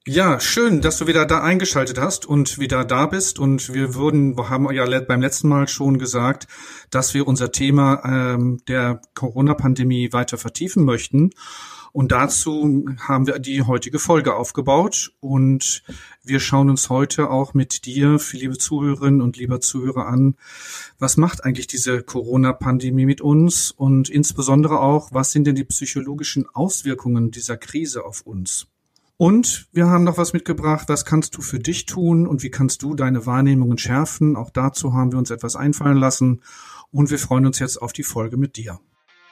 Ja, schön, dass du wieder da eingeschaltet hast und wieder da bist. Und haben ja beim letzten Mal schon gesagt, dass wir unser Thema der Corona-Pandemie weiter vertiefen möchten. Und dazu haben wir die heutige Folge aufgebaut. Und wir schauen uns heute auch mit dir, liebe Zuhörerinnen und lieber Zuhörer, an, was macht eigentlich diese Corona-Pandemie mit uns? Und insbesondere auch, was sind denn die psychologischen Auswirkungen dieser Krise auf uns? Und wir haben noch was mitgebracht, was kannst du für dich tun und wie kannst du deine Wahrnehmungen schärfen? Auch dazu haben wir uns etwas einfallen lassen und wir freuen uns jetzt auf die Folge mit dir.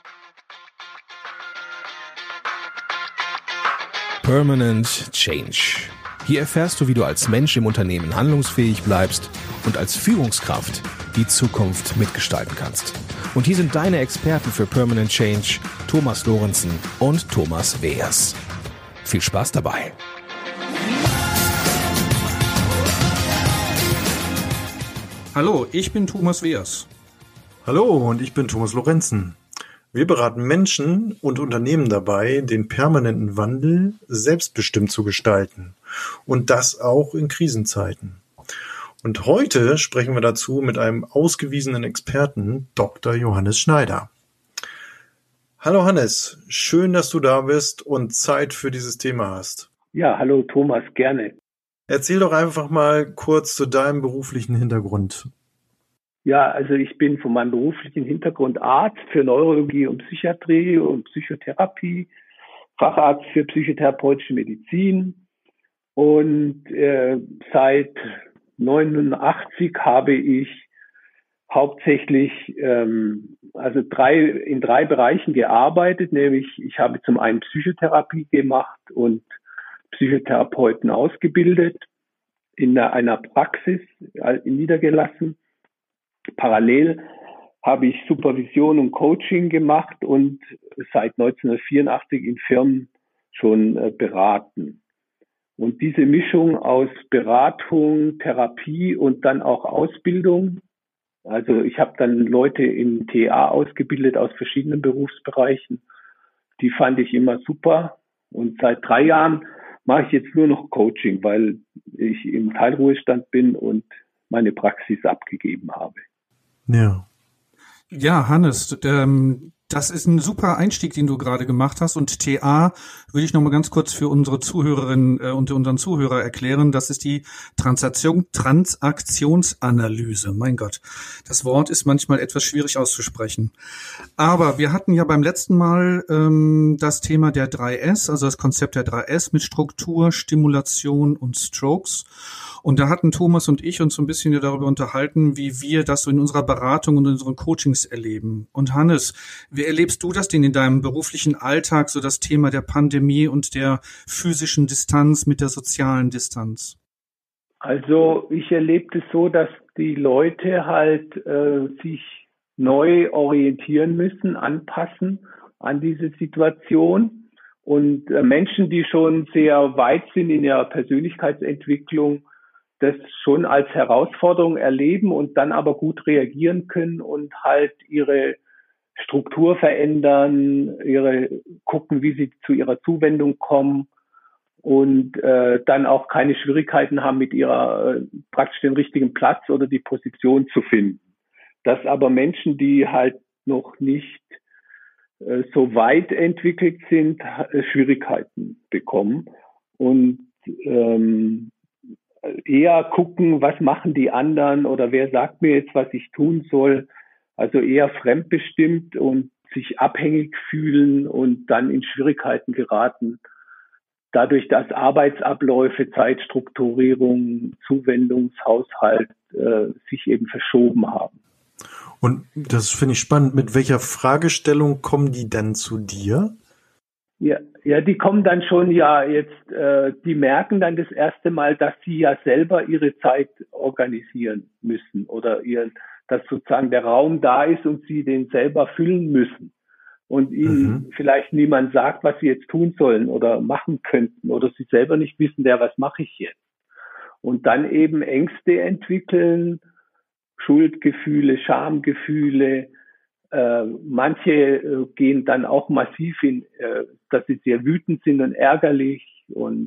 Permanent Change. Hier erfährst du, wie du als Mensch im Unternehmen handlungsfähig bleibst und als Führungskraft die Zukunft mitgestalten kannst. Und hier sind deine Experten für Permanent Change, Thomas Lorenzen und Thomas Weers. Viel Spaß dabei. Hallo, ich bin Thomas Weers. Hallo, und ich bin Thomas Lorenzen. Wir beraten Menschen und Unternehmen dabei, den permanenten Wandel selbstbestimmt zu gestalten. Und das auch in Krisenzeiten. Und heute sprechen wir dazu mit einem ausgewiesenen Experten, Dr. Johannes Schneider. Hallo Hannes, schön, dass du da bist und Zeit für dieses Thema hast. Ja, hallo Thomas, gerne. Erzähl doch einfach mal kurz zu deinem beruflichen Hintergrund. Ja, also ich bin von meinem beruflichen Hintergrund Arzt für Neurologie und Psychiatrie und Psychotherapie, Facharzt für psychotherapeutische Medizin und seit 1989 habe ich hauptsächlich in drei Bereichen gearbeitet, nämlich ich habe zum einen Psychotherapie gemacht und Psychotherapeuten ausgebildet in einer Praxis niedergelassen. Parallel habe ich Supervision und Coaching gemacht und seit 1984 in Firmen schon beraten. Und diese Mischung aus Beratung, Therapie und dann auch Ausbildung, also ich habe dann Leute im TA ausgebildet aus verschiedenen Berufsbereichen. Die fand ich immer super. Und seit 3 Jahren mache ich jetzt nur noch Coaching, weil ich im Teilruhestand bin und meine Praxis abgegeben habe. Ja, Hannes, das ist ein super Einstieg, den du gerade gemacht hast. Und TA würde ich noch mal ganz kurz für unsere Zuhörerinnen und unseren Zuhörer erklären. Das ist die Transaktionsanalyse. Mein Gott, das Wort ist manchmal etwas schwierig auszusprechen. Aber wir hatten ja beim letzten Mal das Thema der 3S, also das Konzept der 3S mit Struktur, Stimulation und Strokes. Und da hatten Thomas und ich uns so ein bisschen darüber unterhalten, wie wir das so in unserer Beratung und in unseren Coachings erleben. Und Hannes, wie erlebst du das denn in deinem beruflichen Alltag, so das Thema der Pandemie und der physischen Distanz mit der sozialen Distanz? Also ich erlebe es so, dass die Leute halt sich neu orientieren müssen, anpassen an diese Situation. Und Menschen, die schon sehr weit sind in ihrer Persönlichkeitsentwicklung, das schon als Herausforderung erleben und dann aber gut reagieren können und halt ihre Struktur verändern, gucken, wie sie zu ihrer Zuwendung kommen und dann auch keine Schwierigkeiten haben, mit ihrer praktisch den richtigen Platz oder die Position zu finden. Dass aber Menschen, die halt noch nicht so weit entwickelt sind, Schwierigkeiten bekommen und eher gucken, was machen die anderen oder wer sagt mir jetzt, was ich tun soll. Also eher fremdbestimmt und sich abhängig fühlen und dann in Schwierigkeiten geraten. Dadurch, dass Arbeitsabläufe, Zeitstrukturierung, Zuwendungshaushalt sich eben verschoben haben. Und das finde ich spannend. Mit welcher Fragestellung kommen die dann zu dir? Ja, die kommen dann schon die merken dann das erste Mal, dass sie ja selber ihre Zeit organisieren müssen oder dass sozusagen der Raum da ist und sie den selber füllen müssen und ihnen vielleicht niemand sagt, was sie jetzt tun sollen oder machen könnten oder sie selber nicht wissen, was mache ich jetzt? Und dann eben Ängste entwickeln, Schuldgefühle, Schamgefühle. Manche gehen dann auch massiv dass sie sehr wütend sind und ärgerlich und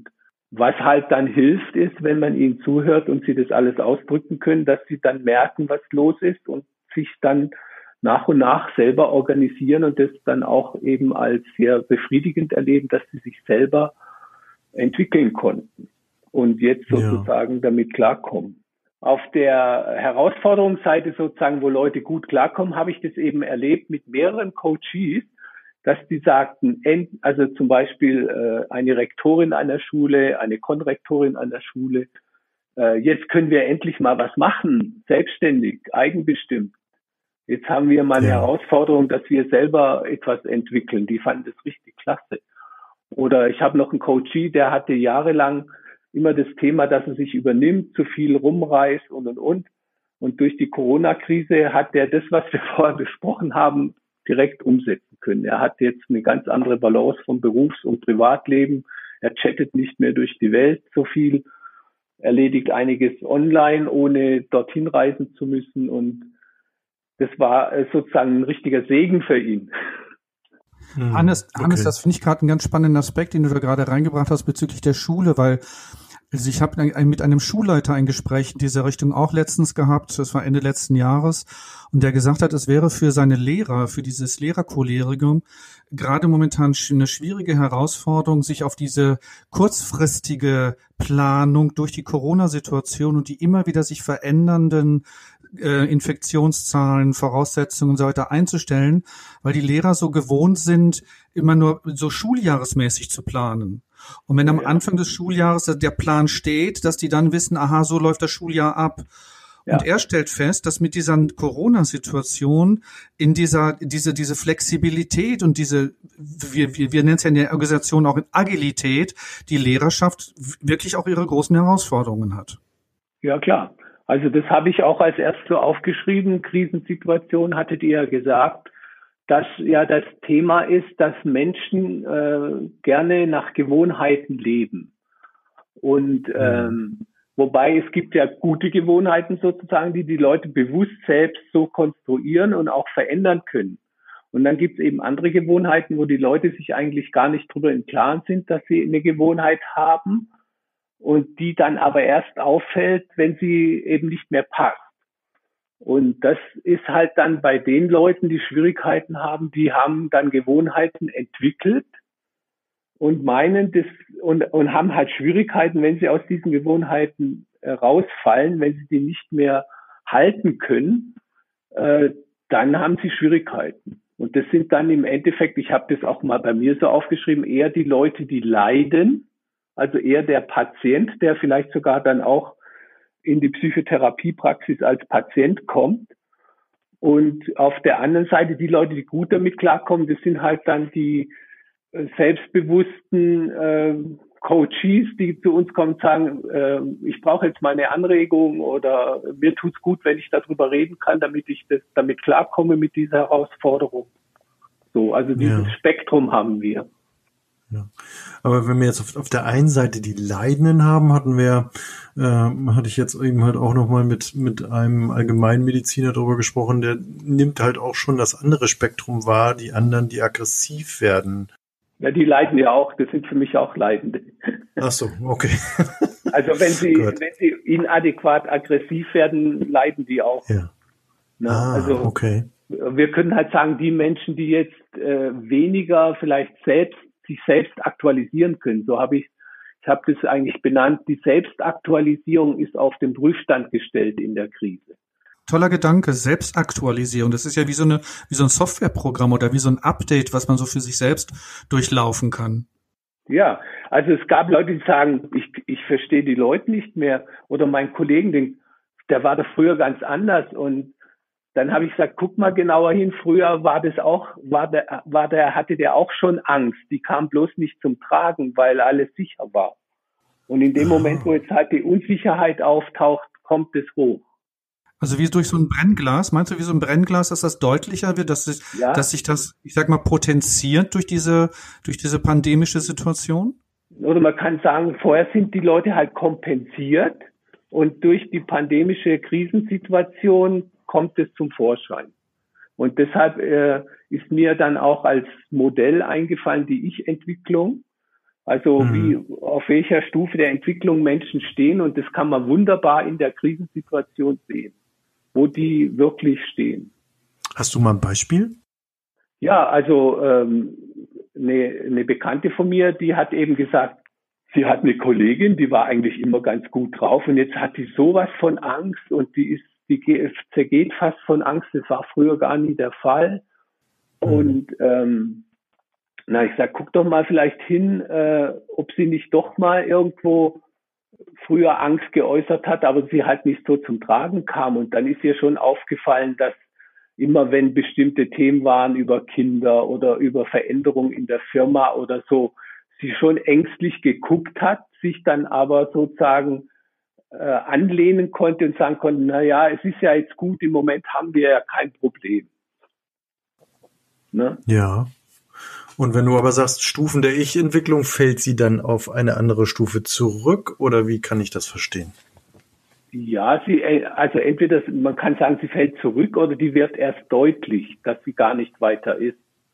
Was halt dann hilft, ist, wenn man ihnen zuhört und sie das alles ausdrücken können, dass sie dann merken, was los ist und sich dann nach und nach selber organisieren und das dann auch eben als sehr befriedigend erleben, dass sie sich selber entwickeln konnten und jetzt sozusagen damit klarkommen. Auf der Herausforderungsseite sozusagen, wo Leute gut klarkommen, habe ich das eben erlebt mit mehreren Coaches, dass die sagten, also zum Beispiel eine Rektorin einer Schule, eine Konrektorin einer Schule, jetzt können wir endlich mal was machen, selbstständig, eigenbestimmt. Jetzt haben wir mal eine Herausforderung, dass wir selber etwas entwickeln. Die fanden das richtig klasse. Oder ich habe noch einen Coachie, der hatte jahrelang immer das Thema, dass er sich übernimmt, zu viel rumreist und. Und durch die Corona-Krise hat der das, was wir vorher besprochen haben, direkt umsetzen können. Er hat jetzt eine ganz andere Balance vom Berufs- und Privatleben. Er chattet nicht mehr durch die Welt so viel, erledigt einiges online, ohne dorthin reisen zu müssen. Und das war sozusagen ein richtiger Segen für ihn. Hannes, das finde ich gerade einen ganz spannenden Aspekt, den du da gerade reingebracht hast bezüglich der Schule, weil also ich habe mit einem Schulleiter ein Gespräch in dieser Richtung auch letztens gehabt, das war Ende letzten Jahres, und der gesagt hat, es wäre für seine Lehrer, für dieses Lehrerkollegium gerade momentan eine schwierige Herausforderung, sich auf diese kurzfristige Planung durch die Corona-Situation und die immer wieder sich verändernden Infektionszahlen, Voraussetzungen und so weiter einzustellen, weil die Lehrer so gewohnt sind, immer nur so schuljahresmäßig zu planen. Und wenn am Anfang des Schuljahres der Plan steht, dass die dann wissen, aha, so läuft das Schuljahr ab. Ja. Und er stellt fest, dass mit dieser Corona-Situation in diese Flexibilität und wir nennen es ja in der Organisation auch Agilität, die Lehrerschaft wirklich auch ihre großen Herausforderungen hat. Ja, klar. Also das habe ich auch als erstes so aufgeschrieben. Krisensituation hattet ihr ja gesagt, dass ja das Thema ist, dass Menschen gerne nach Gewohnheiten leben. Und wobei es gibt ja gute Gewohnheiten sozusagen, die Leute bewusst selbst so konstruieren und auch verändern können. Und dann gibt es eben andere Gewohnheiten, wo die Leute sich eigentlich gar nicht drüber im Klaren sind, dass sie eine Gewohnheit haben und die dann aber erst auffällt, wenn sie eben nicht mehr passt. Und das ist halt dann bei den Leuten, die Schwierigkeiten haben, die haben dann Gewohnheiten entwickelt und meinen das und haben halt Schwierigkeiten, wenn sie aus diesen Gewohnheiten rausfallen, wenn sie die nicht mehr halten können, dann haben sie Schwierigkeiten. Und das sind dann im Endeffekt, ich habe das auch mal bei mir so aufgeschrieben, eher die Leute, die leiden, also eher der Patient, der vielleicht sogar dann auch in die Psychotherapiepraxis als Patient kommt. Und auf der anderen Seite die Leute, die gut damit klarkommen, das sind halt dann die selbstbewussten Coaches, die zu uns kommen und sagen, ich brauche jetzt mal eine Anregung oder mir tut's gut, wenn ich darüber reden kann, damit ich damit klarkomme mit dieser Herausforderung. So, also dieses Spektrum haben wir. Ja. Aber wenn wir jetzt auf der einen Seite die Leidenden haben, hatte ich jetzt eben halt auch nochmal mit einem Allgemeinmediziner darüber gesprochen, der nimmt halt auch schon das andere Spektrum wahr, die anderen, die aggressiv werden. Ja, die leiden ja auch, das sind für mich auch Leidende. Ach so, okay. Also wenn sie inadäquat aggressiv werden, leiden die auch. Ja. Also okay. Wir können halt sagen, die Menschen, die jetzt weniger vielleicht sich selbst aktualisieren können. So habe ich habe das eigentlich benannt. Die Selbstaktualisierung ist auf den Prüfstand gestellt in der Krise. Toller Gedanke, Selbstaktualisierung. Das ist ja wie so ein Softwareprogramm oder wie so ein Update, was man so für sich selbst durchlaufen kann. Ja, also es gab Leute, die sagen, ich verstehe die Leute nicht mehr. Oder mein Kollegen, der war da früher ganz anders. Und dann habe ich gesagt, guck mal genauer hin, früher war das auch, hatte der auch schon Angst. Die kam bloß nicht zum Tragen, weil alles sicher war. Und in dem Moment, wo jetzt halt die Unsicherheit auftaucht, kommt es hoch. Also wie durch so ein Brennglas, meinst du wie so ein Brennglas, dass das deutlicher wird, dass sich das, ich sag mal, potenziert durch diese pandemische Situation? Oder man kann sagen, vorher sind die Leute halt kompensiert und durch die pandemische Krisensituation kommt es zum Vorschein. Und deshalb ist mir dann auch als Modell eingefallen die Ich-Entwicklung, Also auf welcher Stufe der Entwicklung Menschen stehen, und das kann man wunderbar in der Krisensituation sehen, wo die wirklich stehen. Hast du mal ein Beispiel? Ja, also eine Bekannte von mir, die hat eben gesagt, sie hat eine Kollegin, die war eigentlich immer ganz gut drauf, und jetzt hat die sowas von Angst, und die zergeht fast von Angst. Das war früher gar nie der Fall. Und ich sag, guck doch mal vielleicht hin, ob sie nicht doch mal irgendwo früher Angst geäußert hat, aber sie halt nicht so zum Tragen kam. Und dann ist ihr schon aufgefallen, dass immer wenn bestimmte Themen waren über Kinder oder über Veränderungen in der Firma oder so, sie schon ängstlich geguckt hat, sich dann aber sozusagen anlehnen konnte und sagen konnte, na ja, es ist ja jetzt gut, im Moment haben wir ja kein Problem. Ne? Ja. Und wenn du aber sagst, Stufen der Ich-Entwicklung, fällt sie dann auf eine andere Stufe zurück, oder wie kann ich das verstehen? Ja, also entweder, man kann sagen, sie fällt zurück, oder die wird erst deutlich, dass sie gar nicht weiter ist.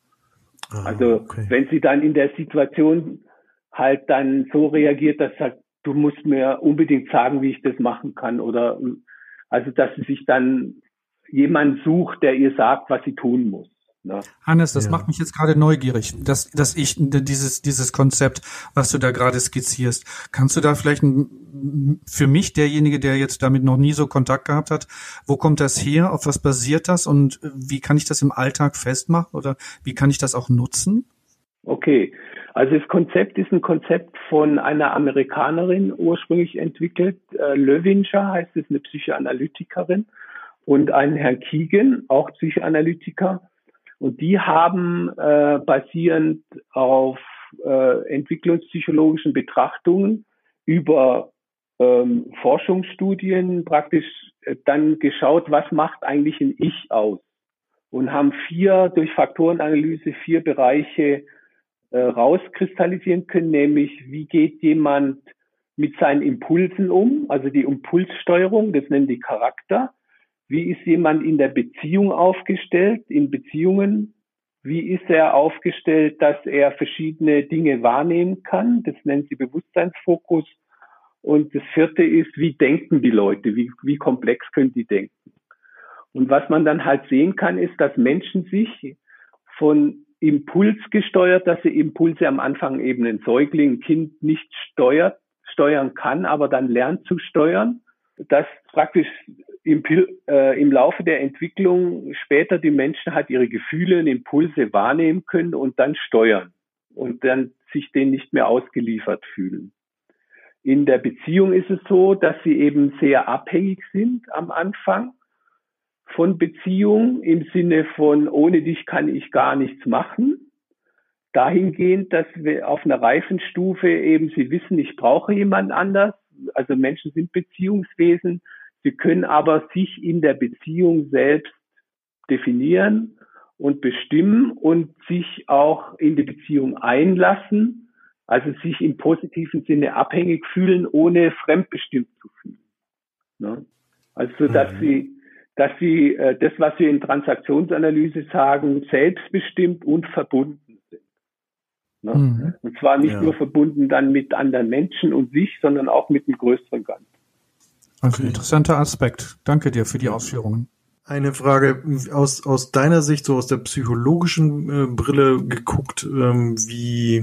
Wenn sie dann in der Situation halt dann so reagiert, dass sie sagt, du musst mir unbedingt sagen, wie ich das machen kann, oder also dass sie sich dann jemand sucht, der ihr sagt, was sie tun muss. Ne? Hannes, das macht mich jetzt gerade neugierig, dass ich dieses Konzept, was du da gerade skizzierst, kannst du da vielleicht für mich, derjenige, der jetzt damit noch nie so Kontakt gehabt hat, wo kommt das her, auf was basiert das und wie kann ich das im Alltag festmachen oder wie kann ich das auch nutzen? Okay, also das Konzept ist ein Konzept von einer Amerikanerin ursprünglich entwickelt, Löwinger heißt es, eine Psychoanalytikerin, und einen Herrn Keegan, auch Psychoanalytiker. Und die haben basierend auf entwicklungspsychologischen Betrachtungen über Forschungsstudien praktisch dann geschaut, was macht eigentlich ein Ich aus? Und haben durch Faktorenanalyse 4 Bereiche rauskristallisieren können, nämlich wie geht jemand mit seinen Impulsen um, also die Impulssteuerung, das nennen die Charakter. Wie ist jemand in der Beziehung aufgestellt, in Beziehungen? Wie ist er aufgestellt, dass er verschiedene Dinge wahrnehmen kann? Das nennt sie Bewusstseinsfokus. Und das 4. ist, wie denken die Leute? Wie komplex können die denken? Und was man dann halt sehen kann, ist, dass Menschen sich von Impuls gesteuert, dass sie Impulse am Anfang eben ein Säugling, ein Kind nicht steuern kann, aber dann lernt zu steuern, dass praktisch im Laufe der Entwicklung später die Menschen halt ihre Gefühle und Impulse wahrnehmen können und dann steuern und dann sich denen nicht mehr ausgeliefert fühlen. In der Beziehung ist es so, dass sie eben sehr abhängig sind am Anfang von Beziehung im Sinne von, ohne dich kann ich gar nichts machen. Dahingehend, dass wir auf einer Reifenstufe eben, sie wissen, ich brauche jemand anders. Also Menschen sind Beziehungswesen. Sie können aber sich in der Beziehung selbst definieren und bestimmen und sich auch in die Beziehung einlassen. Also sich im positiven Sinne abhängig fühlen, ohne fremdbestimmt zu fühlen. Ne? Also dass sie das, was wir in Transaktionsanalyse sagen, selbstbestimmt und verbunden sind. Ne? Und zwar nicht nur verbunden dann mit anderen Menschen und sich, sondern auch mit einem größeren Ganzen. Also interessanter Aspekt. Danke dir für die Ausführungen. Eine Frage aus deiner Sicht, so aus der psychologischen Brille geguckt, wie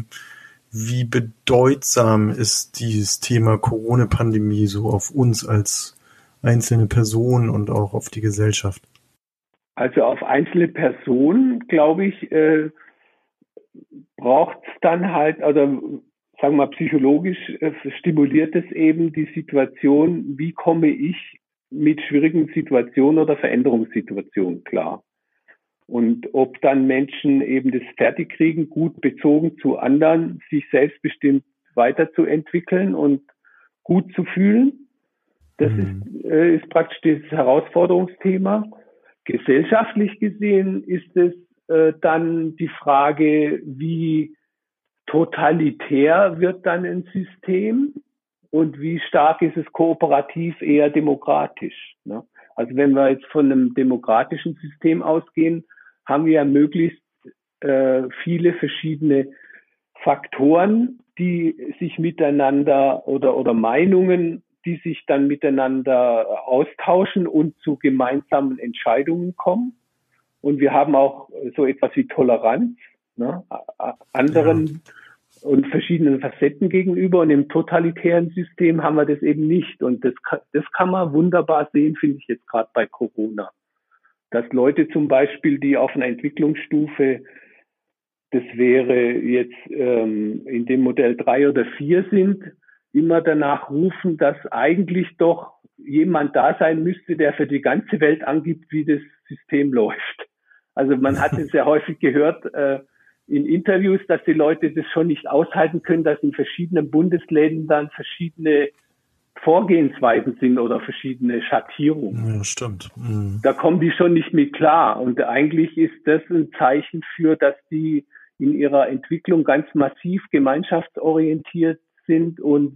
bedeutsam ist dieses Thema Corona-Pandemie so auf uns als einzelne Personen und auch auf die Gesellschaft? Also auf einzelne Personen, glaube ich, braucht es dann halt, oder sagen wir mal psychologisch stimuliert es eben die Situation, wie komme ich mit schwierigen Situationen oder Veränderungssituationen klar. Und ob dann Menschen eben das fertig kriegen, gut bezogen zu anderen, sich selbstbestimmt weiterzuentwickeln und gut zu fühlen. Das ist praktisch das Herausforderungsthema. Gesellschaftlich gesehen ist es dann die Frage, wie totalitär wird dann ein System und wie stark ist es kooperativ, eher demokratisch. Ne? Also wenn wir jetzt von einem demokratischen System ausgehen, haben wir ja möglichst viele verschiedene Faktoren, die sich miteinander oder Meinungen, die sich dann miteinander austauschen und zu gemeinsamen Entscheidungen kommen. Und wir haben auch so etwas wie Toleranz, ne, anderen und verschiedenen Facetten gegenüber. Und im totalitären System haben wir das eben nicht. Und das kann man wunderbar sehen, finde ich jetzt gerade bei Corona. Dass Leute zum Beispiel, die auf einer Entwicklungsstufe, das wäre jetzt in dem Modell 3 oder 4 sind, immer danach rufen, dass eigentlich doch jemand da sein müsste, der für die ganze Welt angibt, wie das System läuft. Also man hat es sehr häufig gehört in Interviews, dass die Leute das schon nicht aushalten können, dass in verschiedenen Bundesländern verschiedene Vorgehensweisen sind oder verschiedene Schattierungen. Ja, stimmt. Da kommen die schon nicht mit klar. Und eigentlich ist das ein Zeichen für, dass die in ihrer Entwicklung ganz massiv gemeinschaftsorientiert sind und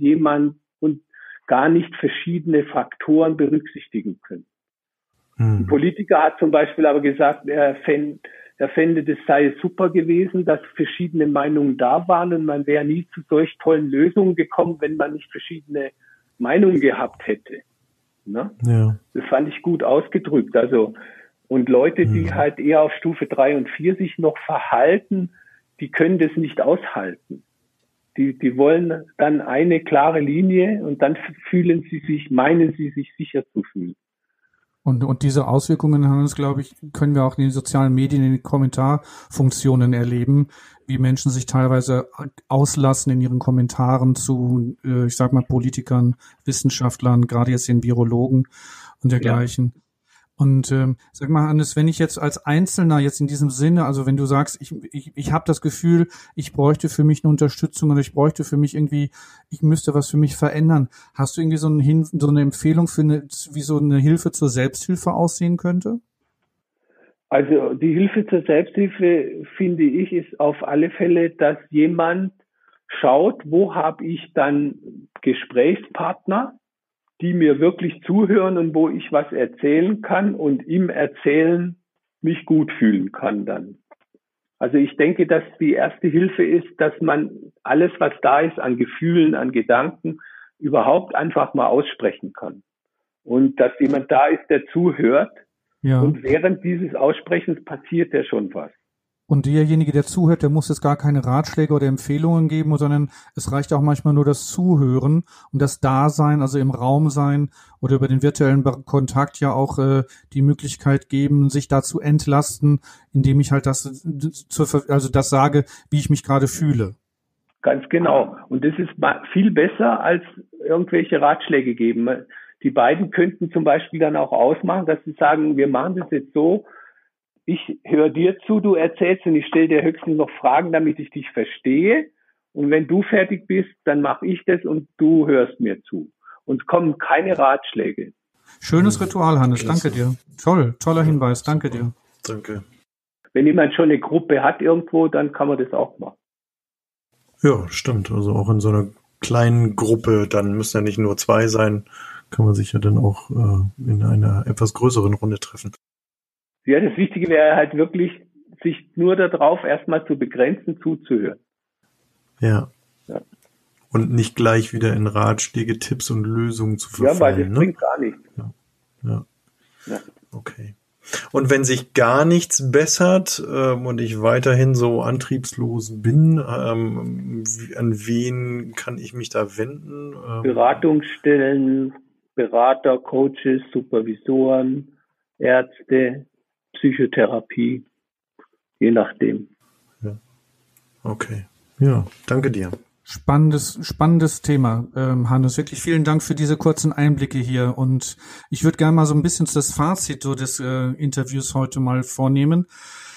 gar nicht verschiedene Faktoren berücksichtigen können. Ein Politiker hat zum Beispiel aber gesagt, er fände, das sei super gewesen, dass verschiedene Meinungen da waren und man wäre nie zu solch tollen Lösungen gekommen, wenn man nicht verschiedene Meinungen gehabt hätte. Ne? Ja. Das fand ich gut ausgedrückt. Also, und Leute, die halt eher auf Stufe 3 und 4 sich noch verhalten, die können das nicht aushalten. Die wollen dann eine klare Linie und dann meinen sie sich sicher zu fühlen. Und diese Auswirkungen haben uns, glaube ich, können wir auch in den sozialen Medien, in den Kommentarfunktionen erleben, wie Menschen sich teilweise auslassen in ihren Kommentaren zu, ich sag mal, Politikern, Wissenschaftlern, gerade jetzt den Virologen und dergleichen. Ja. Und sag mal, Hannes, wenn ich jetzt als Einzelner jetzt in diesem Sinne, also wenn du sagst, ich habe das Gefühl, ich bräuchte für mich eine Unterstützung oder ich bräuchte für mich irgendwie, ich müsste was für mich verändern. Hast du irgendwie so eine Empfehlung wie so eine Hilfe zur Selbsthilfe aussehen könnte? Also die Hilfe zur Selbsthilfe, finde ich, ist auf alle Fälle, dass jemand schaut, wo habe ich dann Gesprächspartner, die mir wirklich zuhören und wo ich was erzählen kann und im Erzählen mich gut fühlen kann dann. Also ich denke, dass die erste Hilfe ist, dass man alles, was da ist an Gefühlen, an Gedanken, überhaupt einfach mal aussprechen kann. Und dass jemand da ist, der zuhört. Ja. Und während dieses Aussprechens passiert ja schon was. Und derjenige, der zuhört, der muss jetzt gar keine Ratschläge oder Empfehlungen geben, sondern es reicht auch manchmal nur das Zuhören und das Dasein, also im Raum sein oder über den virtuellen Kontakt ja auch die Möglichkeit geben, sich da zu entlasten, indem ich halt das sage, wie ich mich gerade fühle. Ganz genau. Und das ist viel besser als irgendwelche Ratschläge geben. Die beiden könnten zum Beispiel dann auch ausmachen, dass sie sagen, wir machen das jetzt so, ich höre dir zu, du erzählst und ich stelle dir höchstens noch Fragen, damit ich dich verstehe. Und wenn du fertig bist, dann mache ich das und du hörst mir zu. Und es kommen keine Ratschläge. Schönes Ritual, Hannes. Danke dir. Toller Hinweis. Danke dir. Danke. Wenn jemand schon eine Gruppe hat irgendwo, dann kann man das auch machen. Ja, stimmt. Also auch in so einer kleinen Gruppe, dann müssen ja nicht nur 2 sein, kann man sich ja dann auch in einer etwas größeren Runde treffen. Ja, das Wichtige wäre halt wirklich, sich nur darauf erstmal zu begrenzen, zuzuhören. Ja. Und nicht gleich wieder in Ratschläge, Tipps und Lösungen zu verfallen. Ja, weil das bringt gar nichts. Ja. Okay. Und wenn sich gar nichts bessert und ich weiterhin so antriebslos bin, an wen kann ich mich da wenden? Beratungsstellen, Berater, Coaches, Supervisoren, Ärzte, Psychotherapie, je nachdem. Ja. Okay. Ja, danke dir. Spannendes Thema, Hannes. Wirklich vielen Dank für diese kurzen Einblicke hier. Und ich würde gerne mal so ein bisschen das Fazit des Interviews heute mal vornehmen.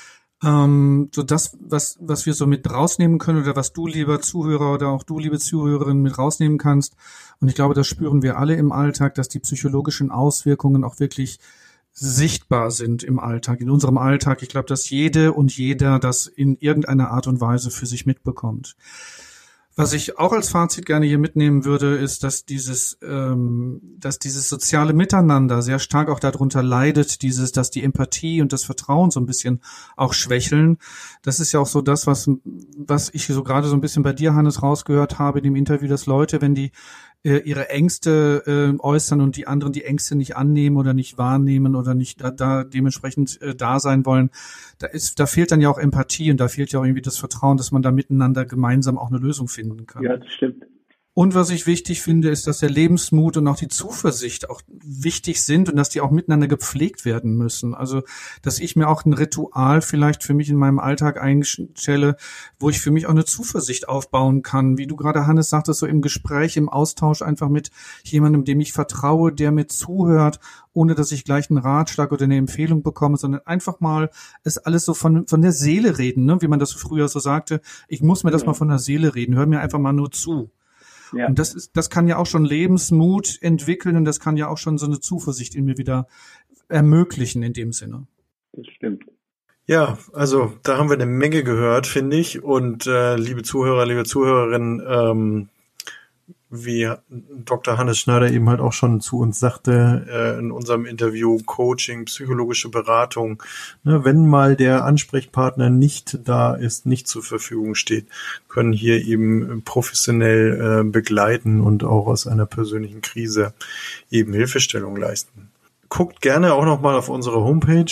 So das, was wir so mit rausnehmen können oder was du, lieber Zuhörer oder auch du, liebe Zuhörerin, mit rausnehmen kannst. Und ich glaube, das spüren wir alle im Alltag, dass die psychologischen Auswirkungen auch wirklich sichtbar sind im Alltag, in unserem Alltag. Ich glaube, dass jede und jeder das in irgendeiner Art und Weise für sich mitbekommt. Was ich auch als Fazit gerne hier mitnehmen würde, ist, dass dieses soziale Miteinander sehr stark auch darunter leidet, dass die Empathie und das Vertrauen so ein bisschen auch schwächeln. Das ist ja auch so das, was ich so gerade so ein bisschen bei dir, Hannes, rausgehört habe in dem Interview, dass Leute, wenn die ihre Ängste äußern und die anderen die Ängste nicht annehmen oder nicht wahrnehmen oder nicht da dementsprechend da sein wollen, da fehlt dann ja auch Empathie und da fehlt ja auch irgendwie das Vertrauen, dass man da miteinander gemeinsam auch eine Lösung finden kann. Ja, das stimmt. Und was ich wichtig finde, ist, dass der Lebensmut und auch die Zuversicht auch wichtig sind und dass die auch miteinander gepflegt werden müssen. Also, dass ich mir auch ein Ritual vielleicht für mich in meinem Alltag einstelle, wo ich für mich auch eine Zuversicht aufbauen kann. Wie du gerade, Hannes, sagtest, so im Gespräch, im Austausch einfach mit jemandem, dem ich vertraue, der mir zuhört, ohne dass ich gleich einen Ratschlag oder eine Empfehlung bekomme, sondern einfach mal es alles so von der Seele reden, ne? Wie man das früher so sagte. Ich muss mir das mal von der Seele reden. Hör mir einfach mal nur zu. Ja. Und das kann ja auch schon Lebensmut entwickeln und das kann ja auch schon so eine Zuversicht in mir wieder ermöglichen in dem Sinne. Das stimmt. Ja, also da haben wir eine Menge gehört, finde ich. Und liebe Zuhörer, liebe Zuhörerinnen, wie Dr. Hannes Schneider eben halt auch schon zu uns sagte in unserem Interview, Coaching, psychologische Beratung, ne, wenn mal der Ansprechpartner nicht da ist, nicht zur Verfügung steht, können hier eben professionell begleiten und auch aus einer persönlichen Krise eben Hilfestellung leisten. Guckt gerne auch nochmal auf unsere Homepage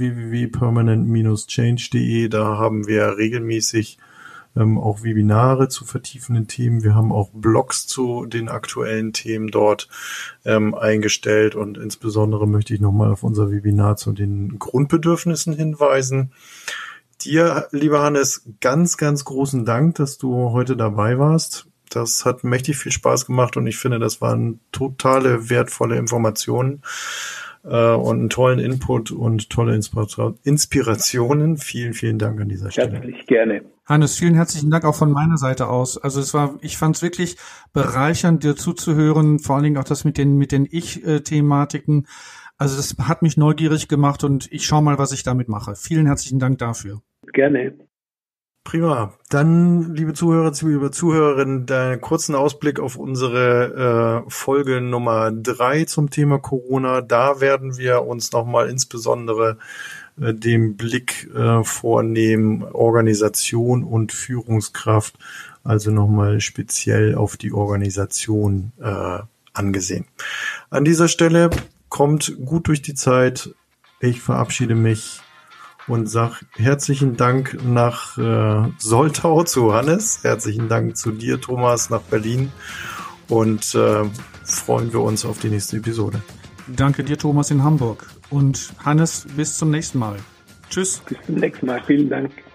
www.permanent-change.de, da haben wir regelmäßig auch Webinare zu vertiefenden Themen. Wir haben auch Blogs zu den aktuellen Themen dort eingestellt und insbesondere möchte ich nochmal auf unser Webinar zu den Grundbedürfnissen hinweisen. Dir, lieber Hannes, ganz, ganz großen Dank, dass du heute dabei warst. Das hat mächtig viel Spaß gemacht und ich finde, das waren totale wertvolle Informationen und einen tollen Input und tolle Inspirationen. Vielen, vielen Dank an dieser Stelle. Herzlich gerne. Hannes, vielen herzlichen Dank auch von meiner Seite aus. Also ich fand es wirklich bereichernd, dir zuzuhören, vor allen Dingen auch das mit den Ich-Thematiken. Also das hat mich neugierig gemacht und ich schaue mal, was ich damit mache. Vielen herzlichen Dank dafür. Gerne. Prima. Dann, liebe Zuhörer, liebe Zuhörerinnen, einen kurzen Ausblick auf unsere Folge Nummer 3 zum Thema Corona. Da werden wir uns nochmal insbesondere dem Blick vornehmen, Organisation und Führungskraft, also nochmal speziell auf die Organisation angesehen. An dieser Stelle kommt gut durch die Zeit. Ich verabschiede mich und sag herzlichen Dank nach Soltau zu Hannes, herzlichen Dank zu dir, Thomas, nach Berlin und freuen wir uns auf die nächste Episode. Danke dir, Thomas, in Hamburg. Und Hannes, bis zum nächsten Mal. Tschüss. Bis zum nächsten Mal. Vielen Dank.